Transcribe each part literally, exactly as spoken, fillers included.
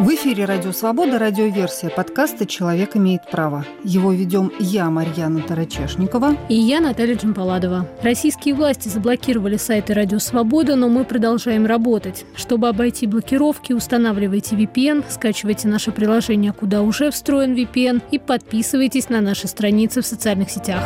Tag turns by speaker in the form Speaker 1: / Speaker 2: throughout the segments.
Speaker 1: В эфире «Радио Свобода», радиоверсия подкаста «Человек имеет право». Его ведем я, Марьяна Тарачешникова.
Speaker 2: И я, Наталья Джампаладова. Российские власти заблокировали сайты «Радио Свобода», но мы продолжаем работать. Чтобы обойти блокировки, устанавливайте ви пи эн, скачивайте наше приложение, куда уже встроен ви пи эн, и подписывайтесь на наши страницы в социальных сетях.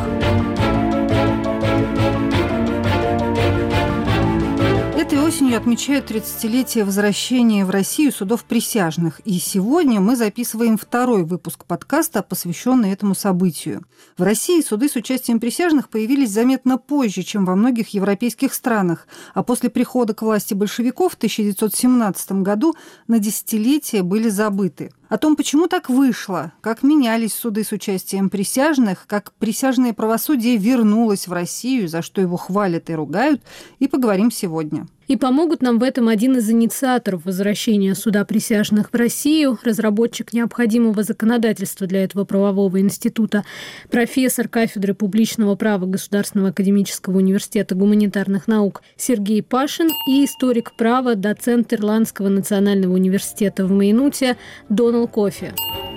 Speaker 1: Этой осенью отмечают тридцатилетие возвращения в Россию судов присяжных. И сегодня мы записываем второй выпуск подкаста, посвященный этому событию. В России суды с участием присяжных появились заметно позже, чем во многих европейских странах. А после прихода к власти большевиков в тысяча девятьсот семнадцатом году на десятилетия были забыты. О том, почему так вышло, как менялись суды с участием присяжных, как присяжное правосудие вернулось в Россию, за что его хвалят и ругают, и поговорим сегодня.
Speaker 2: И помогут нам в этом один из инициаторов возвращения суда присяжных в Россию, разработчик необходимого законодательства для этого правового института, профессор кафедры публичного права Государственного академического университета гуманитарных наук Сергей Пашин и историк права, доцент Ирландского национального университета в Майнуте Донал Кофи.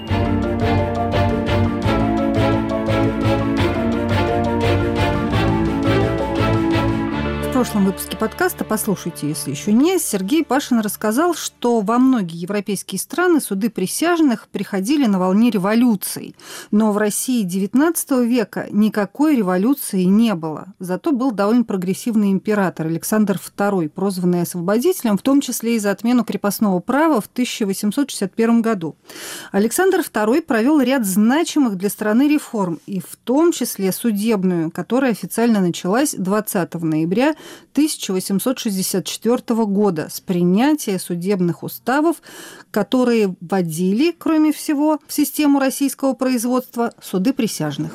Speaker 1: В прошлом выпуске подкаста, послушайте, если еще не, Сергей Пашин рассказал, что во многие европейские страны суды присяжных приходили на волне революций. Но в России девятнадцатого века никакой революции не было. Зато был довольно прогрессивный император Александр второй, прозванный освободителем, в том числе и за отмену крепостного права в тысяча восемьсот шестьдесят первом году. Александр второй провел ряд значимых для страны реформ, и в том числе судебную, которая официально началась двадцатого ноября тысяча восемьсот шестьдесят четвёртого года с принятия судебных уставов, которые вводили, кроме всего, в систему российского производства суды присяжных.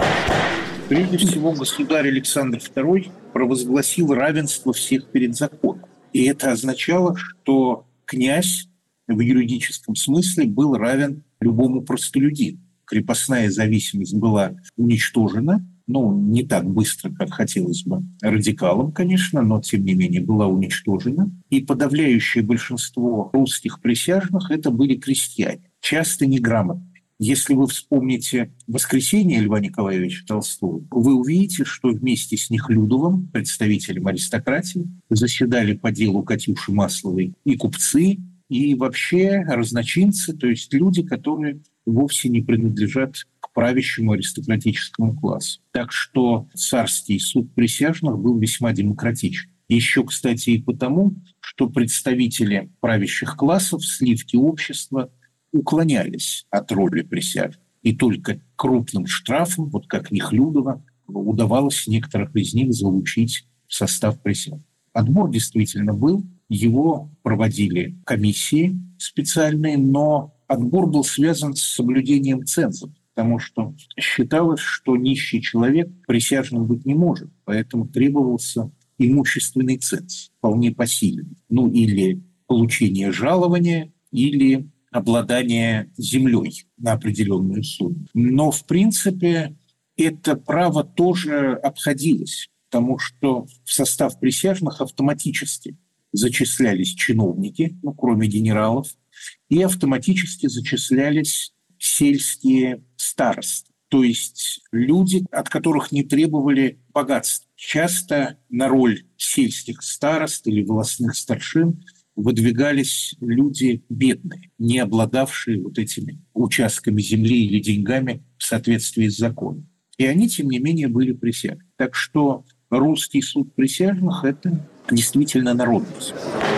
Speaker 3: Прежде всего, государь Александр второй провозгласил равенство всех перед законом. И это означало, что князь в юридическом смысле был равен любому простолюдину. Крепостная зависимость была уничтожена, ну, не так быстро, как хотелось бы радикалам, конечно, но, тем не менее, была уничтожена. И подавляющее большинство русских присяжных – это были крестьяне, часто неграмотные. Если вы вспомните «Воскресенье» Льва Николаевича Толстого, вы увидите, что вместе с Нехлюдовым, представителем аристократии, заседали по делу Катюши Масловой и купцы, и вообще разночинцы, то есть люди, которые вовсе не принадлежат к правящему аристократическому классу. Так что царский суд присяжных был весьма демократичен. Еще, кстати, и потому, что представители правящих классов в сливке общества уклонялись от роли присяжных. И только крупным штрафом, вот как Нехлюдова, удавалось некоторых из них залучить в состав присяжных. Отбор действительно был, его проводили комиссии специальные, но отбор был связан с соблюдением цензов, потому что считалось, что нищий человек присяжным быть не может, поэтому требовался имущественный ценз, вполне посильный. Ну, или получение жалования, или обладание землей на определенную сумму. Но, в принципе, это право тоже обходилось, потому что в состав присяжных автоматически зачислялись чиновники, ну, кроме генералов, и автоматически зачислялись сельские старосты, то есть люди, от которых не требовали богатства. Часто на роль сельских старост или волостных старшин выдвигались люди бедные, не обладавшие вот этими участками земли или деньгами в соответствии с законом. И они, тем не менее, были присяжными. Так что русский суд присяжных – это действительно народность.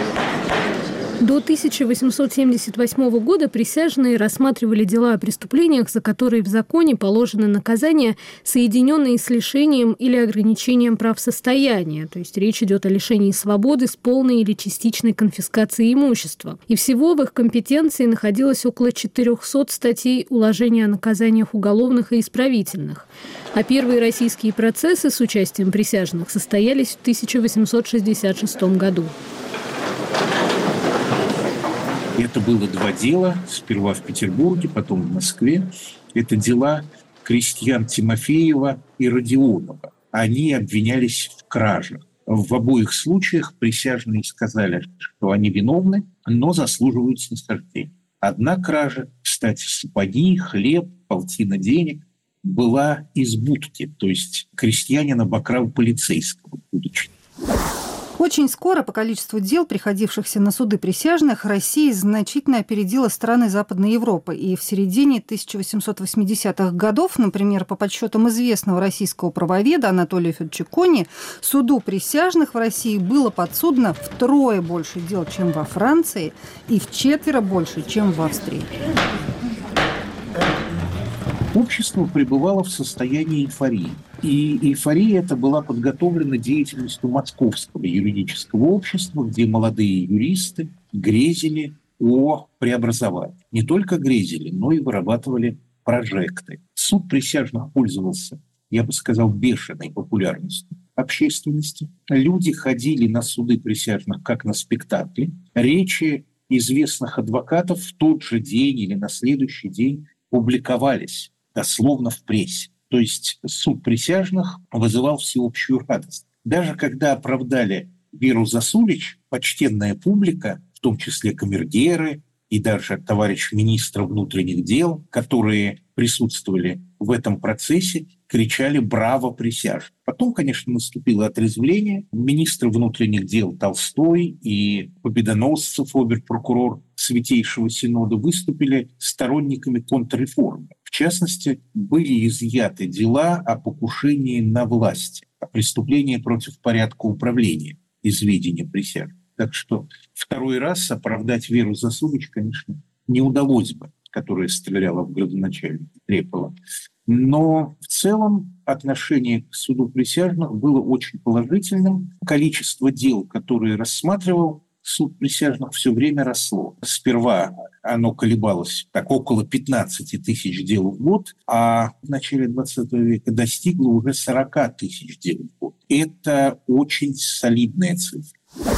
Speaker 2: До тысяча восемьсот семьдесят восьмого года присяжные рассматривали дела о преступлениях, за которые в законе положено наказание, соединенные с лишением или ограничением прав состояния. То есть речь идет о лишении свободы с полной или частичной конфискацией имущества. И всего в их компетенции находилось около четырехсот статей уложения о наказаниях уголовных и исправительных. А первые российские процессы с участием присяжных состоялись в тысяча восемьсот шестьдесят шестом году.
Speaker 3: Это было два дела, сперва в Петербурге, потом в Москве. Это дела крестьян Тимофеева и Родионова. Они обвинялись в кражах. В обоих случаях присяжные сказали, что они виновны, но заслуживают снисхождения. Одна кража, кстати, сапоги, хлеб, полтина денег, была из будки, то есть крестьянин обокрал полицейского, будучи.
Speaker 1: Очень скоро по количеству дел, приходившихся на суды присяжных, Россия значительно опередила страны Западной Европы. И в середине тысяча восемьсот восьмидесятых годов, например, по подсчетам известного российского правоведа Анатолия Федоровича Кони, суду присяжных в России было подсудно втрое больше дел, чем во Франции, и вчетверо больше, чем в Австрии.
Speaker 3: Общество пребывало в состоянии эйфории. И эйфория эта была подготовлена деятельностью Московского юридического общества, где молодые юристы грезили о преобразовании. Не только грезили, но и вырабатывали прожекты. Суд присяжных пользовался, я бы сказал, бешеной популярностью общественности. Люди ходили на суды присяжных как на спектакли. Речи известных адвокатов в тот же день или на следующий день публиковались дословно в прессе. То есть суд присяжных вызывал всеобщую радость. Даже когда оправдали Веру Засулич, почтенная публика, в том числе камергеры и даже товарищ министра внутренних дел, которые присутствовали в этом процессе, кричали «Браво, присяжных!». Потом, конечно, наступило отрезвление. Министр внутренних дел Толстой и Победоносцев, обер-прокурор Святейшего Синода, выступили сторонниками контрреформы. В частности, были изъяты дела о покушении на власть, о преступлении против порядка управления из ведения присяжных. Так что второй раз оправдать Веру Засулич, конечно, не удалось бы, которая стреляла в градоначальника Трепова. Но в целом отношение к суду присяжных было очень положительным. Количество дел, которые рассматривал суд присяжных, все время росло. Сперва оно колебалось так около пятнадцати тысяч дел в год, а в начале двадцатого века достигло уже сорока тысяч дел в год. Это очень солидная цифра.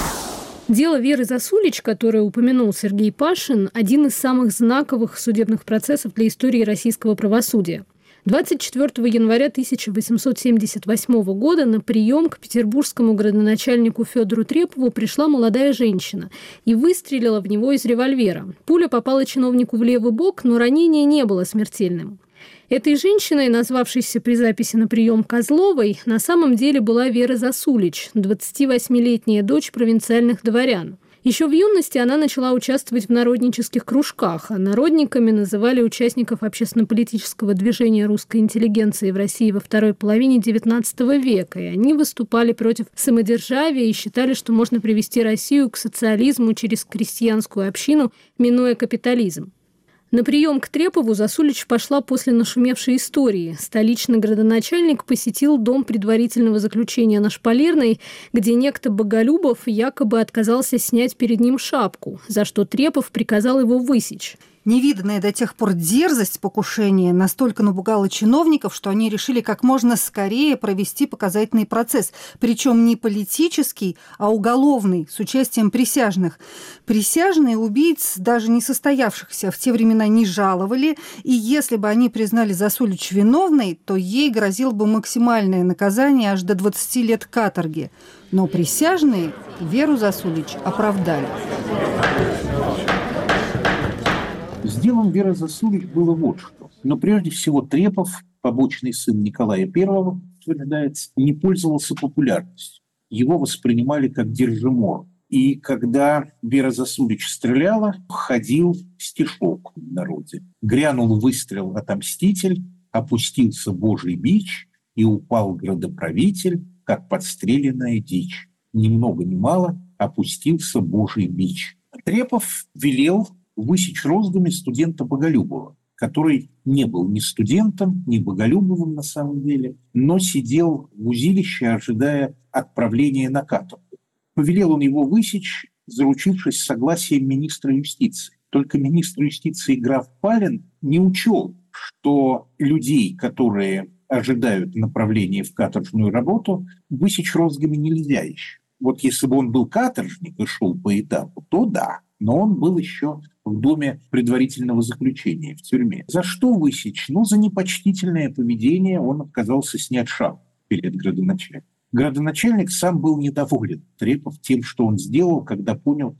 Speaker 2: Дело Веры Засулич, которое упомянул Сергей Пашин, один из самых знаковых судебных процессов для истории российского правосудия. двадцать четвёртого января тысяча восемьсот семьдесят восьмого года на прием к петербургскому градоначальнику Федору Трепову пришла молодая женщина и выстрелила в него из револьвера. Пуля попала чиновнику в левый бок, но ранение не было смертельным. Этой женщиной, назвавшейся при записи на прием Козловой, на самом деле была Вера Засулич, двадцативосьмилетняя дочь провинциальных дворян. Еще в юности она начала участвовать в народнических кружках, а народниками называли участников общественно-политического движения русской интеллигенции в России во второй половине девятнадцатого века, и они выступали против самодержавия и считали, что можно привести Россию к социализму через крестьянскую общину, минуя капитализм. На прием к Трепову Засулич пошла после нашумевшей истории. Столичный градоначальник посетил дом предварительного заключения на Шпалерной, где некто Боголюбов якобы отказался снять перед ним шапку, за что Трепов приказал его высечь.
Speaker 1: Невиданная до тех пор дерзость покушения настолько напугала чиновников, что они решили как можно скорее провести показательный процесс, причем не политический, а уголовный, с участием присяжных. Присяжные убийц, даже не состоявшихся, в те времена не жаловали, и если бы они признали Засулич виновной, то ей грозило бы максимальное наказание аж до двадцати лет каторги. Но присяжные Веру Засулич оправдали.
Speaker 3: С делом Веры Засулич было вот что. Но прежде всего Трепов, побочный сын Николая Первого, утверждается, не пользовался популярностью. Его воспринимали как держимор. И когда Вера Засулич стреляла, ходил стишок в народе. Грянул выстрел отомститель, опустился Божий бич, и упал градоправитель, как подстреленная дичь. Ни много ни мало опустился Божий бич. Трепов велел высечь розгами студента Боголюбова, который не был ни студентом, ни Боголюбовым на самом деле, но сидел в узилище, ожидая отправления на каторгу. Повелел он его высечь, заручившись согласием министра юстиции. Только министр юстиции граф Палин не учел, что людей, которые ожидают направления в каторжную работу, высечь розгами нельзя еще. Вот если бы он был каторжник и шел по этапу, то да. Но он был еще в доме предварительного заключения, в тюрьме. За что высечь? Ну, за непочтительное поведение он отказался снять шапку перед градоначальником. Градоначальник сам был недоволен Трепов тем, что он сделал, когда понял, что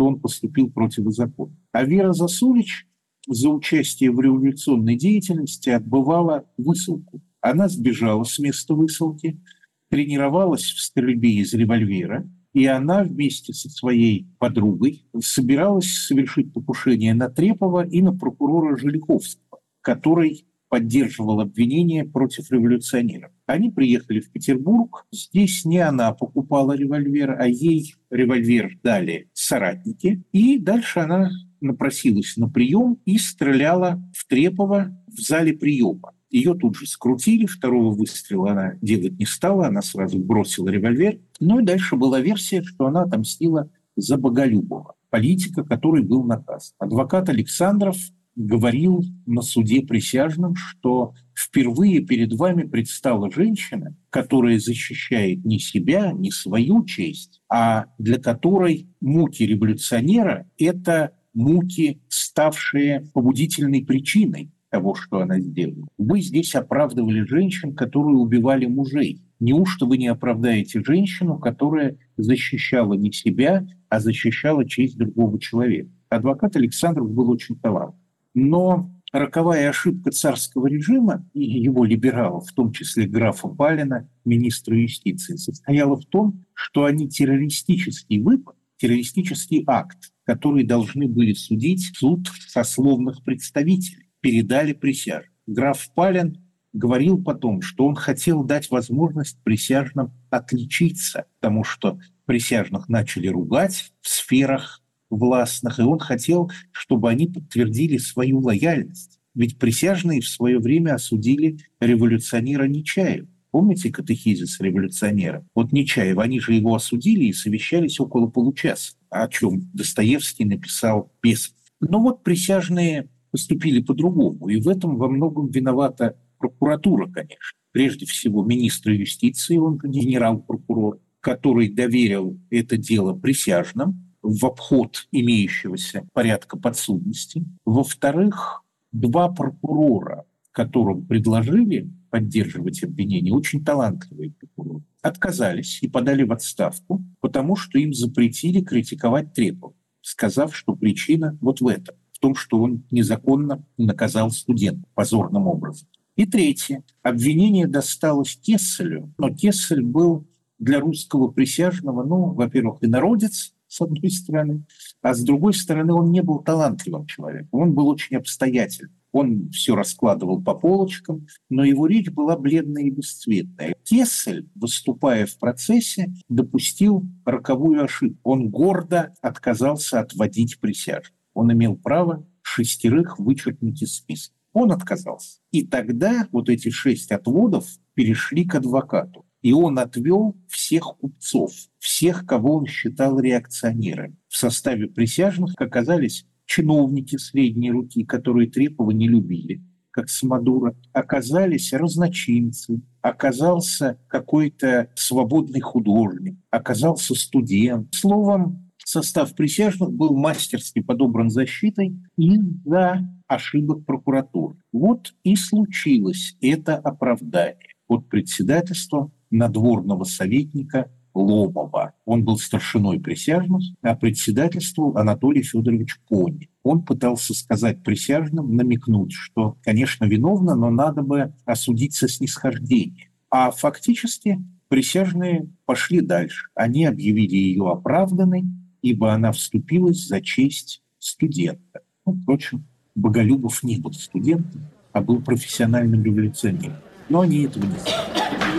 Speaker 3: что он поступил противозаконно. А Вера Засулич за участие в революционной деятельности отбывала высылку. Она сбежала с места высылки, тренировалась в стрельбе из револьвера, и она вместе со своей подругой собиралась совершить покушение на Трепова и на прокурора Желяховского, который поддерживал обвинения против революционеров. Они приехали в Петербург. Здесь не она покупала револьвер, а ей револьвер дали соратники. И дальше она напросилась на прием и стреляла в Трепова в зале приема. Ее тут же скрутили, второго выстрела она делать не стала, она сразу бросила револьвер. Ну и дальше была версия, что она отомстила за Боголюбова, политика, который был наказан. Адвокат Александров говорил на суде присяжным, что впервые перед вами предстала женщина, которая защищает не себя, не свою честь, а для которой муки революционера – это муки, ставшие побудительной причиной того, что она сделала. Вы здесь оправдывали женщин, которые убивали мужей. Неужто вы не оправдаете женщину, которая защищала не себя, а защищала честь другого человека? Адвокат Александров был очень талантлив. Но роковая ошибка царского режима и его либералов, в том числе графа Палина, министра юстиции, состояла в том, что они террористический выпад, террористический акт, который должны были судить суд сословных представителей, передали присяжным. Граф Палин говорил потом, что он хотел дать возможность присяжным отличиться, потому что присяжных начали ругать в сферах властных, и он хотел, чтобы они подтвердили свою лояльность. Ведь присяжные в свое время осудили революционера Нечаева. Помните катехизис революционера? Вот Нечаев, они же его осудили и совещались около получаса, о чем Достоевский написал песню. Но вот присяжные поступили по-другому, и в этом во многом виновата прокуратура, конечно. Прежде всего министр юстиции, он генерал-прокурор, который доверил это дело присяжным в обход имеющегося порядка подсудности. Во-вторых, два прокурора, которым предложили поддерживать обвинение, очень талантливые прокуроры, отказались и подали в отставку, потому что им запретили критиковать Трепова, сказав, что причина вот в этом, в том, что он незаконно наказал студента позорным образом. И третье. Обвинение досталось Кесселю, но Кессель был для русского присяжного, ну, во-первых, инородец, с одной стороны, а с другой стороны он не был талантливым человеком, он был очень обстоятельным. Он все раскладывал по полочкам, но его речь была бледная и бесцветная. Кессель, выступая в процессе, допустил роковую ошибку. Он гордо отказался отводить присяжных. Он имел право шестерых вычеркнуть из списка. Он отказался. И тогда вот эти шесть отводов перешли к адвокату. И он отвел всех купцов, всех, кого он считал реакционерами. В составе присяжных оказались чиновники средней руки, которые Трепова не любили, как Самодура, оказались разночинцы, оказался какой-то свободный художник, оказался студент. Словом, состав присяжных был мастерски подобран защитой из-за ошибок прокуратуры. Вот и случилось это оправдание под председательством надворного советника Лобова. Он был старшиной присяжных, а председательствовал Анатолий Федорович Конев. Он пытался сказать присяжным, намекнуть, что, конечно, виновна, но надо бы осудить со снисхождением. А фактически присяжные пошли дальше. Они объявили ее оправданной, ибо она вступилась за честь студента. Ну, впрочем, Боголюбов не был студентом, а был профессиональным революционером. Но они этого не знали.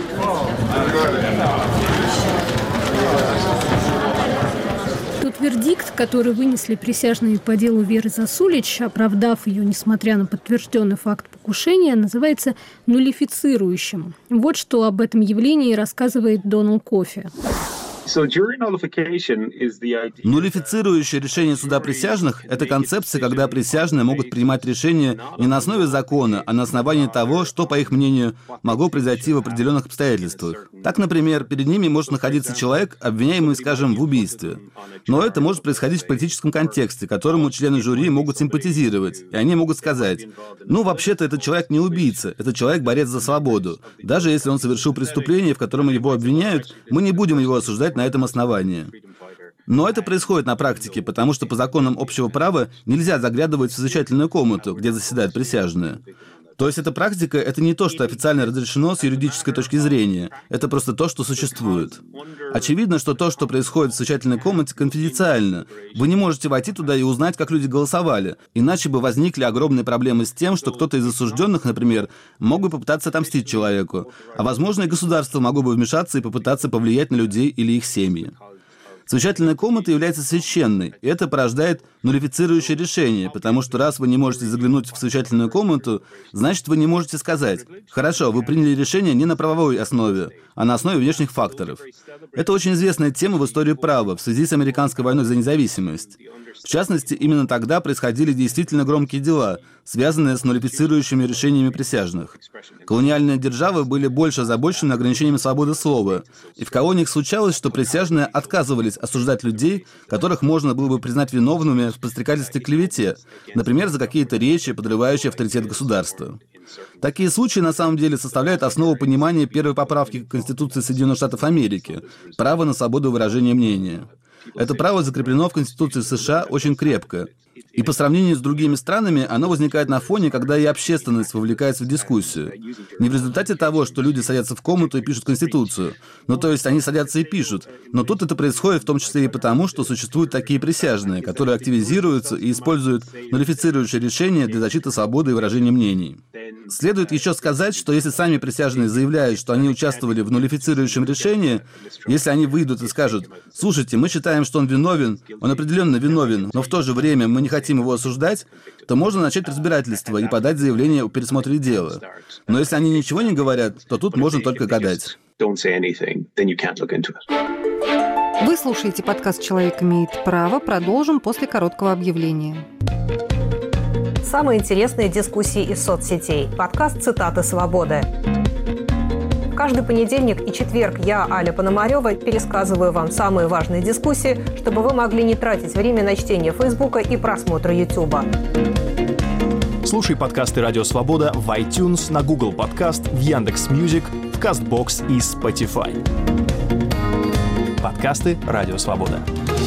Speaker 2: Тот вердикт, который вынесли присяжные по делу Веры Засулич, оправдав ее, несмотря на подтвержденный факт покушения, называется нуллифицирующим. Вот что об этом явлении рассказывает Донал Кофи.
Speaker 4: Нуллифицирующее решение суда присяжных – это концепция, когда присяжные могут принимать решения не на основе закона, а на основании того, что, по их мнению, могло произойти в определенных обстоятельствах. Так, например, перед ними может находиться человек, обвиняемый, скажем, в убийстве. Но это может происходить в политическом контексте, которому члены жюри могут симпатизировать, и они могут сказать: «Ну, вообще-то, этот человек не убийца, это человек-борец за свободу. Даже если он совершил преступление, в котором его обвиняют, мы не будем его осуждать на этом основании». Но это происходит на практике, потому что по законам общего права нельзя заглядывать в совещательную комнату, где заседают присяжные. То есть эта практика — это не то, что официально разрешено с юридической точки зрения. Это просто то, что существует. Очевидно, что то, что происходит в совещательной комнате, конфиденциально. Вы не можете войти туда и узнать, как люди голосовали. Иначе бы возникли огромные проблемы с тем, что кто-то из осужденных, например, мог бы попытаться отомстить человеку. А возможно, и государство могло бы вмешаться и попытаться повлиять на людей или их семьи. Совещательная комната является священной, и это порождает нуллифицирующее решение, потому что раз вы не можете заглянуть в совещательную комнату, значит, вы не можете сказать: «Хорошо, вы приняли решение не на правовой основе, а на основе внешних факторов». Это очень известная тема в истории права в связи с американской войной за независимость. В частности, именно тогда происходили действительно громкие дела, связанные с нуллифицирующими решениями присяжных. Колониальные державы были больше озабочены ограничениями свободы слова, и в колониях случалось, что присяжные отказывались осуждать людей, которых можно было бы признать виновными в подстрекательстве к клевете, например, за какие-то речи, подрывающие авторитет государства. Такие случаи на самом деле составляют основу понимания первой поправки к Конституции Соединенных Штатов Америки – право на свободу выражения мнения. Это право закреплено в Конституции США очень крепко. И по сравнению с другими странами, оно возникает на фоне, когда и общественность вовлекается в дискуссию. Не в результате того, что люди садятся в комнату и пишут Конституцию. Ну, то есть они садятся и пишут. Но тут это происходит в том числе и потому, что существуют такие присяжные, которые активизируются и используют нуллифицирующие решения для защиты свободы и выражения мнений. Следует еще сказать, что если сами присяжные заявляют, что они участвовали в нуллифицирующем решении, если они выйдут и скажут: «Слушайте, мы считаем, что он виновен, он определенно виновен, но в то же время мы не хотим его осуждать», то можно начать разбирательство и подать заявление о пересмотре дела. Но если они ничего не говорят, то тут можно только гадать.
Speaker 1: Вы слушаете подкаст «Человек имеет право». Продолжим после короткого объявления.
Speaker 5: Самые интересные дискуссии из соцсетей. Подкаст «Цитаты свободы». Каждый понедельник и четверг я, Аля Пономарева, пересказываю вам самые важные дискуссии, чтобы вы могли не тратить время на чтение Фейсбука и просмотра Ютуба.
Speaker 6: Слушай подкасты «Радио Свобода» в iTunes, на Google Подкаст, в Яндекс.Мьюзик, в Кастбокс и Spotify. Подкасты «Радио Свобода».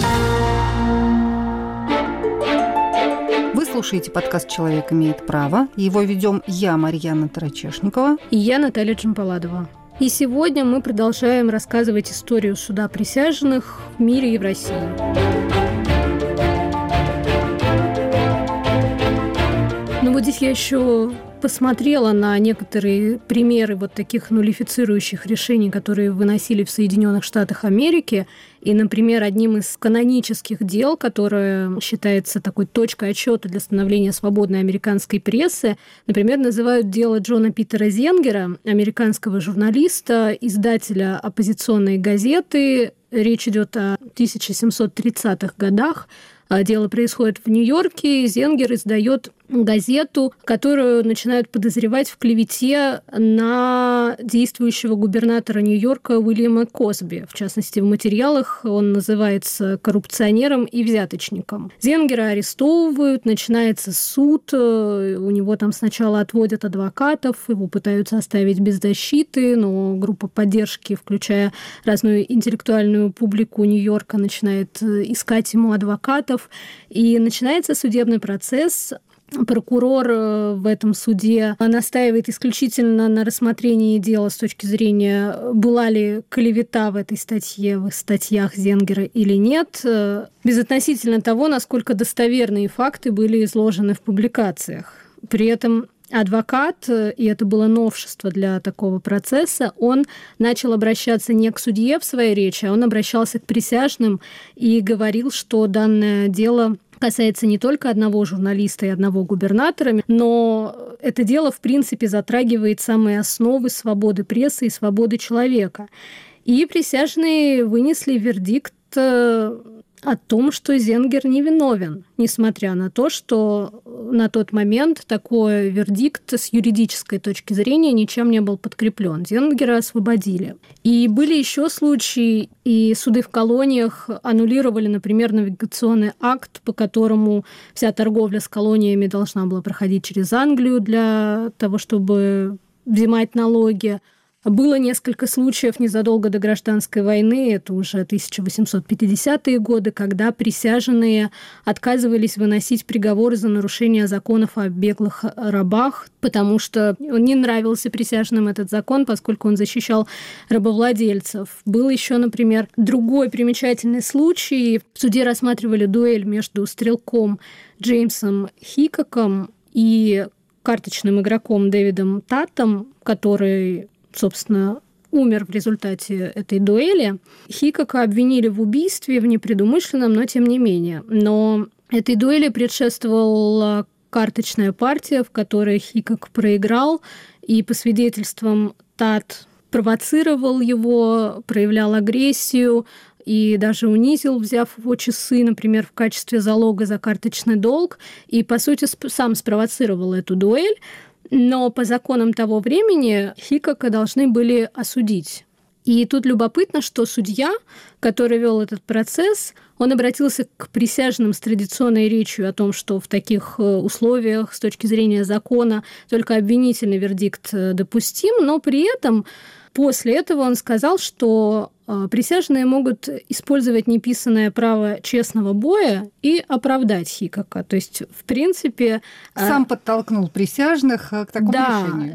Speaker 1: Вы слушаете подкаст «Человек имеет право». Его ведем я, Марьяна Тарачешникова.
Speaker 2: И я, Наталья Джампаладова. И сегодня мы продолжаем рассказывать историю суда присяжных в мире и в России. Ну вот здесь я еще посмотрела на некоторые примеры вот таких нуллифицирующих решений, которые выносили в Соединенных Штатах Америки. И, например, одним из канонических дел, которое считается такой точкой отсчета для становления свободной американской прессы, например, называют дело Джона Питера Зенгера, американского журналиста, издателя оппозиционной газеты. Речь идет о тысяча семьсот тридцатых годах. Дело происходит в Нью-Йорке. Зенгер издает газету, которую начинают подозревать в клевете на действующего губернатора Нью-Йорка Уильяма Косби. В частности, в материалах он называется коррупционером и взяточником. Зенгера арестовывают, начинается суд, у него там сначала отводят адвокатов, его пытаются оставить без защиты, но группа поддержки, включая разную интеллектуальную публику Нью-Йорка, начинает искать ему адвокатов, и начинается судебный процесс. Прокурор в этом суде настаивает исключительно на рассмотрении дела с точки зрения, была ли клевета в этой статье, в статьях Зенгера или нет, безотносительно того, насколько достоверные факты были изложены в публикациях. При этом адвокат, и это было новшество для такого процесса, он начал обращаться не к судье в своей речи, а он обращался к присяжным и говорил, что данное дело касается не только одного журналиста и одного губернатора, но это дело, в принципе, затрагивает самые основы свободы прессы и свободы человека. И присяжные вынесли вердикт о том, что Зенгер невиновен, несмотря на то, что на тот момент такой вердикт с юридической точки зрения ничем не был подкреплен. Зенгера освободили. И были еще случаи, и суды в колониях аннулировали, например, навигационный акт, по которому вся торговля с колониями должна была проходить через Англию для того, чтобы взимать налоги. Было несколько случаев незадолго до гражданской войны, это уже тысяча восемьсот пятидесятые годы, когда присяжные отказывались выносить приговоры за нарушение законов о беглых рабах, потому что не нравился присяжным этот закон, поскольку он защищал рабовладельцев. Был еще, например, другой примечательный случай. В суде рассматривали дуэль между стрелком Джеймсом Хикоком и карточным игроком Дэвидом Таттом, который, собственно, умер в результате этой дуэли. Хикока обвинили в убийстве, в непредумышленном, но тем не менее. Но этой дуэли предшествовала карточная партия, в которой Хикок проиграл, и по свидетельствам Татт провоцировал его, проявлял агрессию и даже унизил, взяв его часы, например, в качестве залога за карточный долг, и, по сути, сам спровоцировал эту дуэль. Но по законам того времени Хикока должны были осудить. И тут любопытно, что судья, который вел этот процесс, он обратился к присяжным с традиционной речью о том, что в таких условиях с точки зрения закона только обвинительный вердикт допустим, но при этом после этого он сказал, что присяжные могут использовать неписанное право честного боя и оправдать Хикока. То есть, в принципе...
Speaker 1: Сам подтолкнул присяжных к такому
Speaker 2: да,
Speaker 1: решению.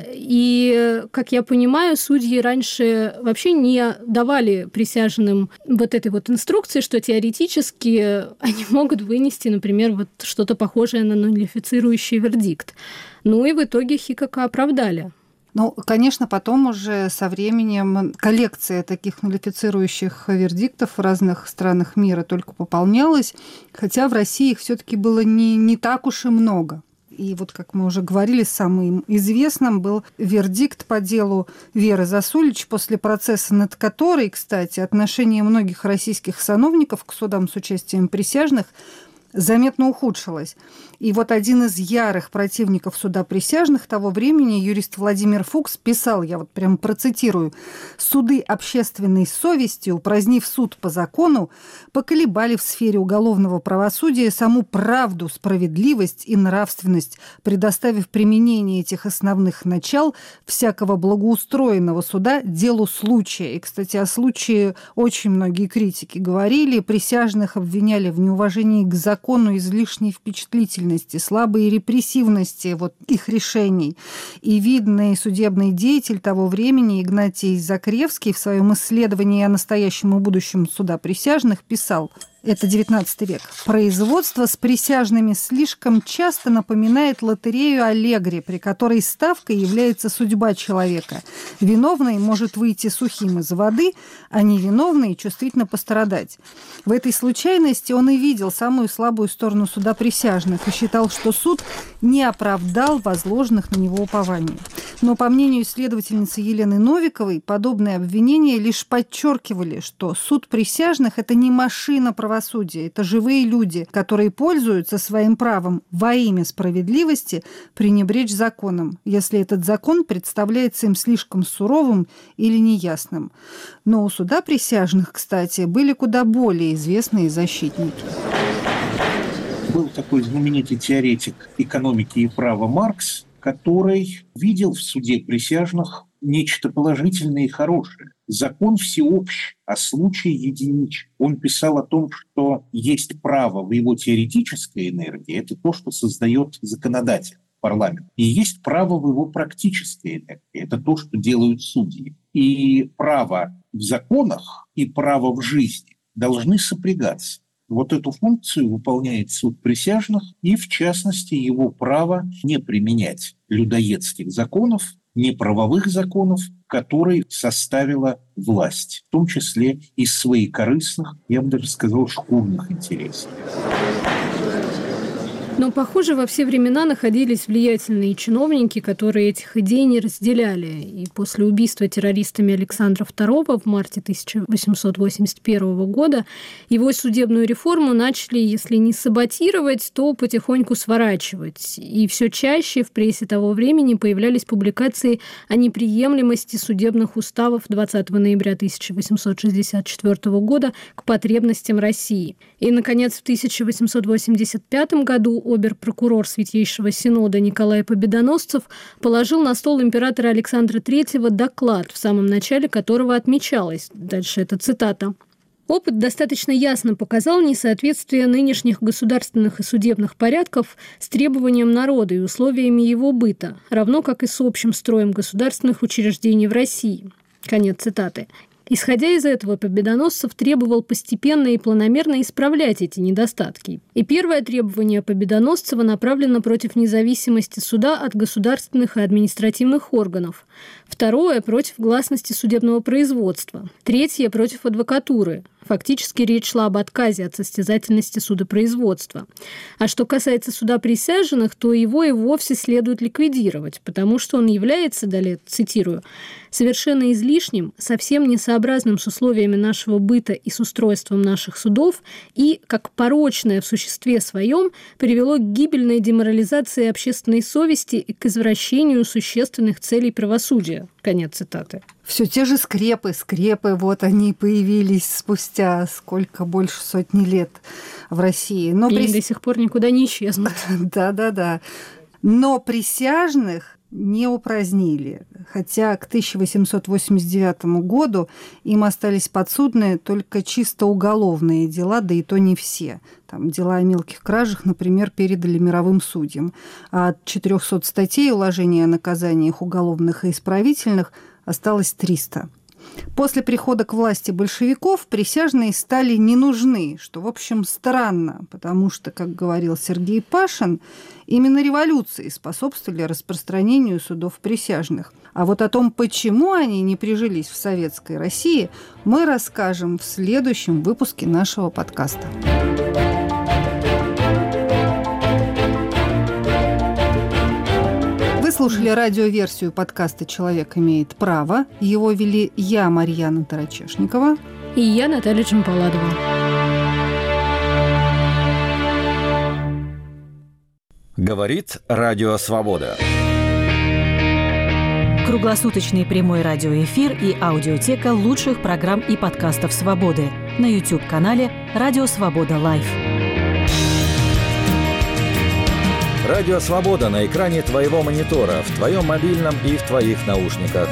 Speaker 2: И, как я понимаю, судьи раньше вообще не давали присяжным вот этой вот инструкции, что теоретически они могут вынести, например, вот что-то похожее на нуллифицирующий вердикт. Ну и в итоге Хикока оправдали.
Speaker 1: Ну, конечно, потом уже со временем коллекция таких нуллифицирующих вердиктов в разных странах мира только пополнялась, хотя в России их все-таки было не, не так уж и много. И вот, как мы уже говорили, самым известным был вердикт по делу Веры Засулич, после процесса, над которой, кстати, отношение многих российских сановников к судам с участием присяжных заметно ухудшилось. И вот один из ярых противников суда присяжных того времени, юрист Владимир Фукс, писал, я вот прям процитирую: «Суды общественной совести, упразднив суд по закону, поколебали в сфере уголовного правосудия саму правду, справедливость и нравственность, предоставив применение этих основных начал всякого благоустроенного суда делу случая». И, кстати, о случае очень многие критики говорили, присяжных обвиняли в неуважении к закону, излишней впечатлительности, слабой репрессивности вот их решений. И видный судебный деятель того времени Игнатий Закревский в своем исследовании о настоящем и будущем суда присяжных писал: это девятнадцатый век. «Производство с присяжными слишком часто напоминает лотерею Аллегри, при которой ставкой является судьба человека. Виновный может выйти сухим из воды, а невиновный чувствительно пострадать. В этой случайности он и видел самую слабую сторону суда присяжных и считал, что суд не оправдал возложенных на него упований. Но, по мнению исследовательницы Елены Новиковой, подобные обвинения лишь подчеркивали, что суд присяжных – это не машина правосудия, правосудия. Это живые люди, которые пользуются своим правом во имя справедливости пренебречь законом, если этот закон представляется им слишком суровым или неясным. Но у суда присяжных, кстати, были куда более известные защитники.
Speaker 3: Был такой знаменитый теоретик экономики и права Маркс, который видел в суде присяжных нечто положительное и хорошее. Закон всеобщий, а случай единичен. Он писал о том, что есть право в его теоретической энергии, это то, что создает законодатель, парламент. И есть право в его практической энергии, это то, что делают судьи. И право в законах и право в жизни должны сопрягаться. Вот эту функцию выполняет суд присяжных, и, в частности, его право не применять людоедских законов, неправовых законов, которые составила власть, в том числе из своекорыстных, я бы даже сказал, шкурных интересов.
Speaker 2: Но, похоже, во все времена находились влиятельные чиновники, которые этих идей не разделяли. И после убийства террористами Александра второго в марте тысяча восемьсот восемьдесят первого года его судебную реформу начали, если не саботировать, то потихоньку сворачивать. И все чаще в прессе того времени появлялись публикации о неприемлемости судебных уставов двадцатого ноября тысяча восемьсот шестьдесят четвёртого года к потребностям России. И, наконец, в тысяча восемьсот восемьдесят пятом году обер-прокурор Святейшего Синода Николай Победоносцев положил на стол императора Александра Третьего доклад, в самом начале которого отмечалось, дальше это цитата: «Опыт достаточно ясно показал несоответствие нынешних государственных и судебных порядков с требованием народа и условиями его быта, равно как и с общим строем государственных учреждений в России». Конец цитаты. Исходя из этого, Победоносцев требовал постепенно и планомерно исправлять эти недостатки. И первое требование Победоносцева направлено против независимости суда от государственных и административных органов. Второе – против гласности судебного производства. Третье – против адвокатуры. Фактически речь шла об отказе от состязательности судопроизводства. А что касается суда присяжных, то его и вовсе следует ликвидировать, потому что он является, далее цитирую, «совершенно излишним, совсем несообразным с условиями нашего быта и с устройством наших судов и, как порочное в существе своем, привело к гибельной деморализации общественной совести и к извращению существенных целей правосудия». Конец цитаты.
Speaker 1: Все те же скрепы, скрепы, вот они появились спустя сколько, больше сотни лет в России. Но
Speaker 2: и
Speaker 1: при...
Speaker 2: до сих пор никуда не исчезнут.
Speaker 1: Да-да-да. Но присяжных не упразднили, хотя к тысяча восемьсот восемьдесят девятому году им остались подсудны только чисто уголовные дела, да и то не все. Там дела о мелких кражах, например, передали мировым судьям. А от четырехсот статей уложения о наказаниях уголовных и исправительных осталось триста. После прихода к власти большевиков присяжные стали не нужны, что, в общем, странно, потому что, как говорил Сергей Пашин, именно революции способствовали распространению судов присяжных. А вот о том, почему они не прижились в советской России, мы расскажем в следующем выпуске нашего подкаста. Слушали радиоверсию подкаста «Человек имеет право». Его вели я, Марьяна Тарачешникова.
Speaker 2: И я, Наталья Джампаладова.
Speaker 7: Говорит Радио Свобода.
Speaker 8: Круглосуточный прямой радиоэфир и аудиотека лучших программ и подкастов «Свободы» на YouTube-канале «Радио Свобода Лайв».
Speaker 7: Радио Свобода на экране твоего монитора, в твоем мобильном и в твоих наушниках.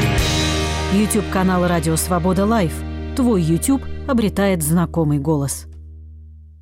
Speaker 8: YouTube-канал «Радио Свобода Лайв». Твой YouTube обретает знакомый голос.